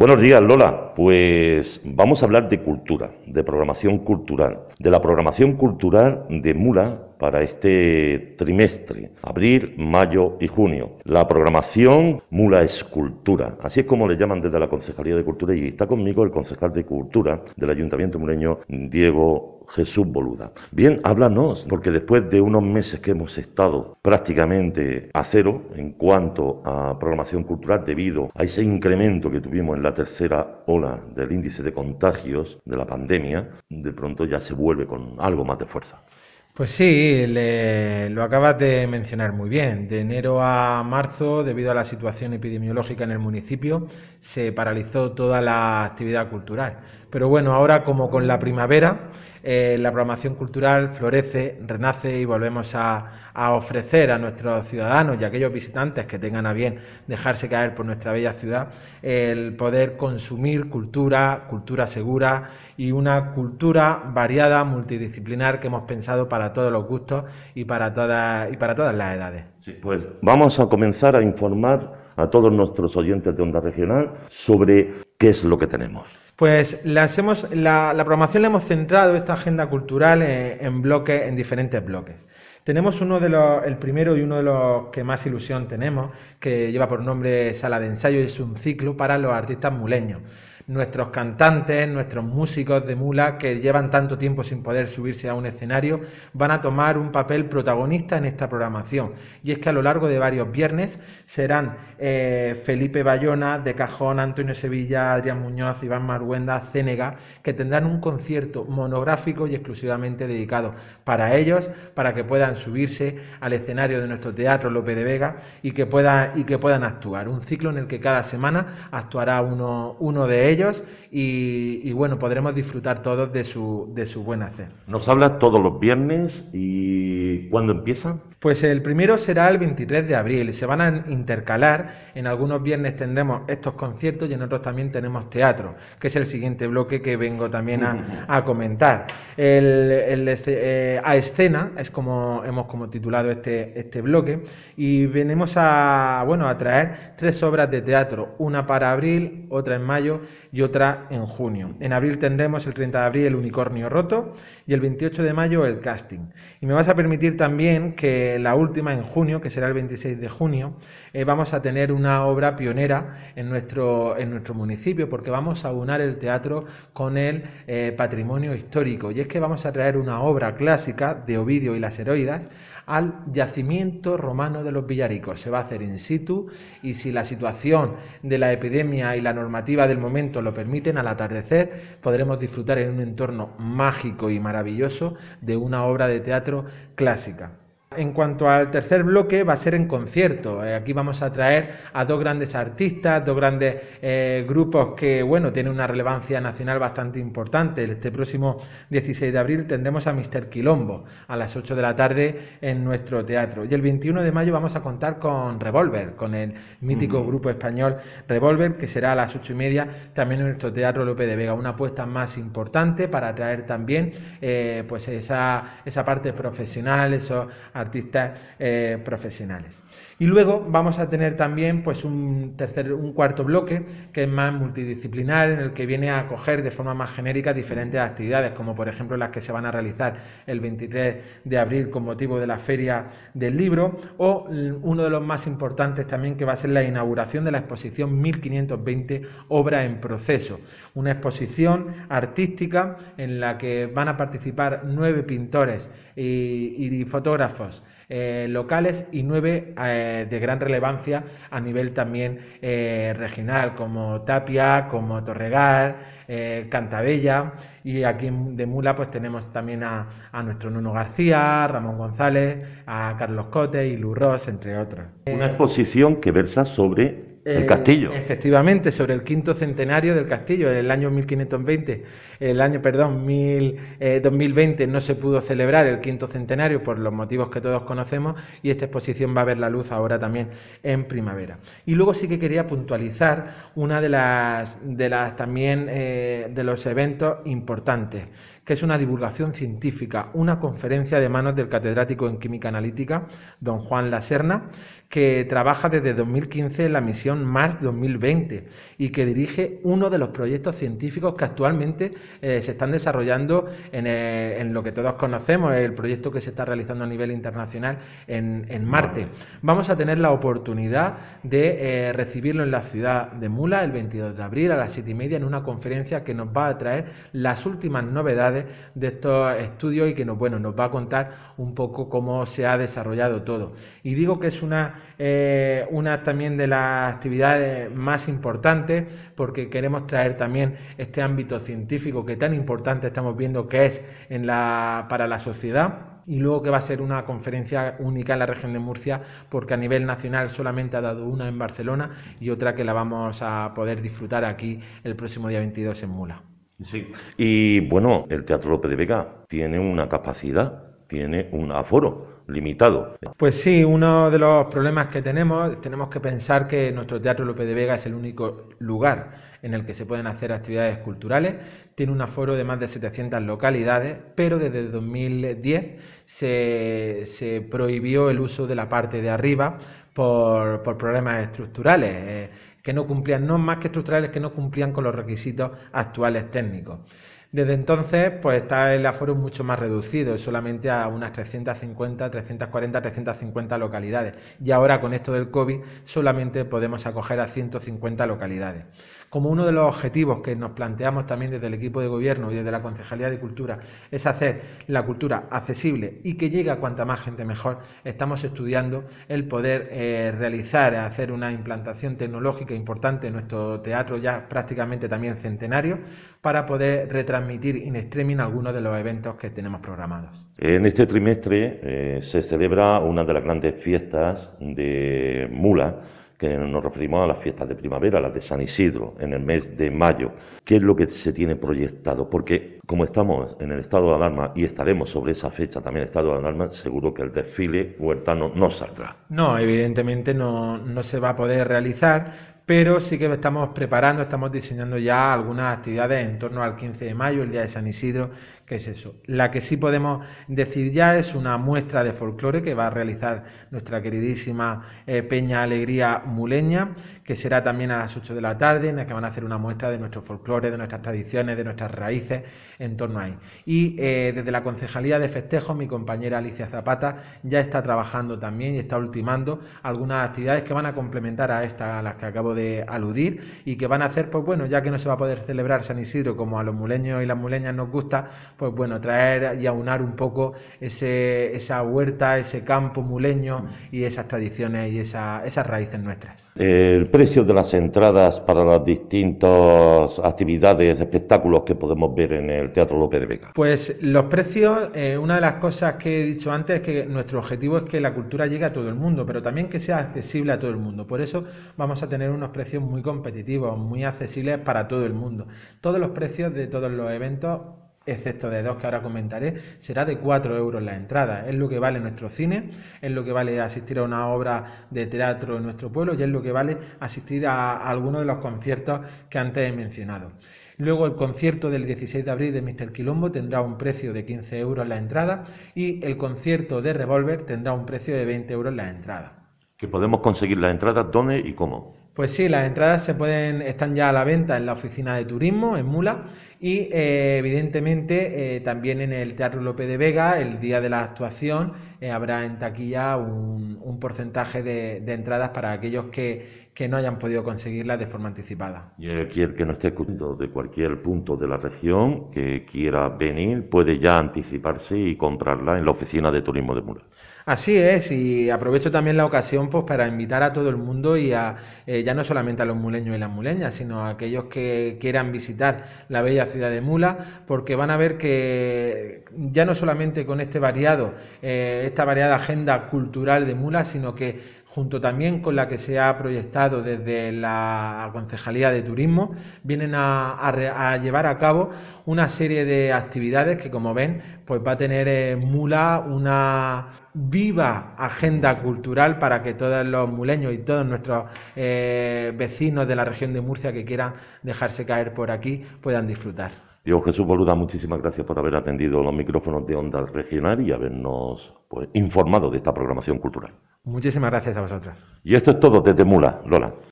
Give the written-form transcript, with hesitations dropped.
Buenos días, Lola. Pues vamos a hablar de cultura, de programación cultural, de la programación cultural de Mula para este trimestre, abril, mayo y junio. La programación Mula Escultura, así es como le llaman desde la Concejalía de Cultura, y está conmigo el concejal de Cultura del Ayuntamiento muleño, Diego Jesús Boluda. Bien, háblanos, porque después de unos meses que hemos estado prácticamente a cero en cuanto a programación cultural debido a ese incremento que tuvimos en la tercera ola del índice de contagios de la pandemia, de pronto ya se vuelve con algo más de fuerza. Pues sí, lo acabas de mencionar muy bien. De enero a marzo, debido a la situación epidemiológica en el municipio, se paralizó toda la actividad cultural. Pero bueno, ahora como con la primavera, la programación cultural florece, renace y volvemos a ofrecer a nuestros ciudadanos y a aquellos visitantes que tengan a bien dejarse caer por nuestra bella ciudad el poder consumir cultura, cultura segura y una cultura variada, multidisciplinar que hemos pensado para todos los gustos y para todas las edades. Sí, pues vamos a comenzar a informar a todos nuestros oyentes de Onda Regional sobre qué es lo que tenemos. Pues la programación la hemos centrado, esta agenda cultural, en bloques, en diferentes bloques. Tenemos el primero y uno de los que más ilusión tenemos, que lleva por nombre Sala de Ensayo, y es un ciclo para los artistas muleños. Nuestros cantantes, nuestros músicos de Mula, que llevan tanto tiempo sin poder subirse a un escenario, van a tomar un papel protagonista en esta programación. Y es que a lo largo de varios viernes serán Felipe Bayona, De Cajón, Antonio Sevilla, Adrián Muñoz, Iván Marguenda, Cénega, que tendrán un concierto monográfico y exclusivamente dedicado para ellos, para que puedan subirse al escenario de nuestro Teatro Lope de Vega y que puedan actuar. Un ciclo en el que cada semana actuará uno de ellos y bueno, podremos disfrutar todos de su buen hacer. Nos hablas todos los viernes, y ¿cuándo empieza? Pues el primero será el 23 de abril, se van a intercalar, en algunos viernes tendremos estos conciertos y en otros también tenemos teatro, que es el siguiente bloque que vengo también a comentar. A escena es como hemos titulado este bloque, y venimos a traer 3 obras de teatro, una para abril, otra en mayo y otra en junio. En abril tendremos el 30 de abril El Unicornio Roto y el 28 de mayo El Casting. Y me vas a permitir también que la última en junio, que será el 26 de junio, vamos a tener una obra pionera en nuestro municipio, porque vamos a aunar el teatro con el patrimonio histórico, y es que vamos a traer una obra clásica de Ovidio y las Heroidas al yacimiento romano de los Villaricos. Se va a hacer in situ, y si la situación de la epidemia y la normativa del momento lo permiten, al atardecer podremos disfrutar en un entorno mágico y maravilloso de una obra de teatro clásica. En cuanto al tercer bloque, va a ser en concierto. Aquí vamos a traer a 2 grandes artistas, 2 grandes grupos que, bueno, tienen una relevancia nacional bastante importante. Este próximo 16 de abril tendremos a Mr. Quilombo a las 8 de la tarde en nuestro teatro. Y el 21 de mayo vamos a contar con Revolver, con el mítico grupo español Revolver, que será a las 8:30 también en nuestro Teatro Lope de Vega. Una apuesta más importante para atraer también pues esa parte profesional, esos artistas profesionales. Y luego vamos a tener también pues un cuarto bloque que es más multidisciplinar, en el que viene a acoger de forma más genérica diferentes actividades, como por ejemplo las que se van a realizar el 23 de abril con motivo de la Feria del Libro, o uno de los más importantes también, que va a ser la inauguración de la exposición 1520 Obra en Proceso, una exposición artística en la que van a participar 9 pintores y fotógrafos locales y 9 de gran relevancia a nivel también regional, como Tapia, como Torregar, Cantabella, y aquí de Mula pues tenemos también a nuestro Nuno García, Ramón González, a Carlos Cote y Lurros, entre otros. Una exposición que versa sobre el castillo. Efectivamente, sobre el 5º centenario del castillo, el año 1520, 2020 no se pudo celebrar el 5º centenario por los motivos que todos conocemos, y esta exposición va a ver la luz ahora también en primavera. Y luego sí que quería puntualizar una de las también de los eventos importantes, que es una divulgación científica, una conferencia de manos del catedrático en Química Analítica, don Juan Laserna, que trabaja desde 2015 en la misión Mars 2020 y que dirige uno de los proyectos científicos que actualmente se están desarrollando en lo que todos conocemos, el proyecto que se está realizando a nivel internacional en Marte. Vamos a tener la oportunidad de recibirlo en la ciudad de Mula el 22 de abril a las 7:30 en una conferencia que nos va a traer las últimas novedades de estos estudios y que nos va a contar un poco cómo se ha desarrollado todo. Y digo que es una también de las actividades más importantes porque queremos traer también este ámbito científico que tan importante estamos viendo que es para la sociedad. Y luego que va a ser una conferencia única en la región de Murcia porque a nivel nacional solamente ha dado una en Barcelona y otra que la vamos a poder disfrutar aquí el próximo día 22 en Mula. Sí, y bueno, el Teatro Lope de Vega tiene una capacidad, tiene un aforo limitado. Pues sí, uno de los problemas que tenemos que pensar que nuestro Teatro Lope de Vega es el único lugar en el que se pueden hacer actividades culturales. Tiene un aforo de más de 700 localidades, pero desde 2010 se prohibió el uso de la parte de arriba por problemas estructurales, que no cumplían, no más que estructurales, que no cumplían con los requisitos actuales técnicos. Desde entonces, pues está el aforo mucho más reducido, solamente a unas 350, 340, 350 localidades. Y ahora, con esto del COVID, solamente podemos acoger a 150 localidades. Como uno de los objetivos que nos planteamos también desde el equipo de gobierno y desde la Concejalía de Cultura es hacer la cultura accesible y que llegue a cuanta más gente mejor, estamos estudiando el poder hacer una implantación tecnológica importante en nuestro teatro ya prácticamente también centenario para poder retransmitir in extremis algunos de los eventos que tenemos programados. En este trimestre se celebra una de las grandes fiestas de Mula, que nos referimos a las fiestas de primavera, las de San Isidro, en el mes de mayo. ¿Qué es lo que se tiene proyectado? Porque como estamos en el estado de alarma y estaremos sobre esa fecha también en estado de alarma, seguro que el desfile huertano no saldrá. No, evidentemente no se va a poder realizar, pero sí que estamos diseñando ya algunas actividades en torno al 15 de mayo, el día de San Isidro, que es eso. La que sí podemos decir ya es una muestra de folclore que va a realizar nuestra queridísima Peña Alegría Muleña, que será también a las 8 de la tarde, en la que van a hacer una muestra de nuestro folclore, de nuestras tradiciones, de nuestras raíces en torno a ahí. Y desde la Concejalía de Festejos, mi compañera Alicia Zapata ya está trabajando también y está ultimando algunas actividades que van a complementar a las que acabo de aludir y que van a hacer, pues bueno, ya que no se va a poder celebrar San Isidro como a los muleños y las muleñas nos gusta, pues bueno, traer y aunar un poco esa huerta, ese campo muleño y esas tradiciones y esas raíces nuestras. El precio de las entradas para las distintas actividades, espectáculos que podemos ver en el Teatro Lope de Vega. Pues los precios, una de las cosas que he dicho antes es que nuestro objetivo es que la cultura llegue a todo el mundo, pero también que sea accesible a todo el mundo. Por eso vamos a tener unos precios muy competitivos, muy accesibles para todo el mundo. Todos los precios de todos los eventos, excepto de dos que ahora comentaré, será de 4 euros la entrada. Es lo que vale nuestro cine, es lo que vale asistir a una obra de teatro en nuestro pueblo y es lo que vale asistir a algunos de los conciertos que antes he mencionado. Luego el concierto del 16 de abril de Mr. Quilombo tendrá un precio de 15 euros la entrada y el concierto de Revolver tendrá un precio de 20 euros la entrada. ¿Que podemos conseguir las entradas dónde y cómo? Pues sí, las entradas están ya a la venta en la oficina de turismo, en Mula, y evidentemente también en el Teatro Lope de Vega, el día de la actuación, habrá en taquilla un porcentaje de entradas para aquellos que no hayan podido conseguirlas de forma anticipada. Y aquí el que no esté escuchando de cualquier punto de la región que quiera venir puede ya anticiparse y comprarla en la oficina de turismo de Mula. Así es, y aprovecho también la ocasión pues para invitar a todo el mundo y ya no solamente a los muleños y las muleñas, sino a aquellos que quieran visitar la bella ciudad de Mula, porque van a ver que ya no solamente con esta variada agenda cultural de Mula, sino que junto también con la que se ha proyectado desde la Concejalía de Turismo, vienen a llevar a cabo una serie de actividades que, como ven, pues va a tener Mula una viva agenda cultural para que todos los muleños y todos nuestros vecinos de la región de Murcia que quieran dejarse caer por aquí puedan disfrutar. Diego Jesús Boluda, muchísimas gracias por haber atendido los micrófonos de Onda Regional y habernos informado de esta programación cultural. Muchísimas gracias a vosotras. Y esto es todo desde Mula, Lola.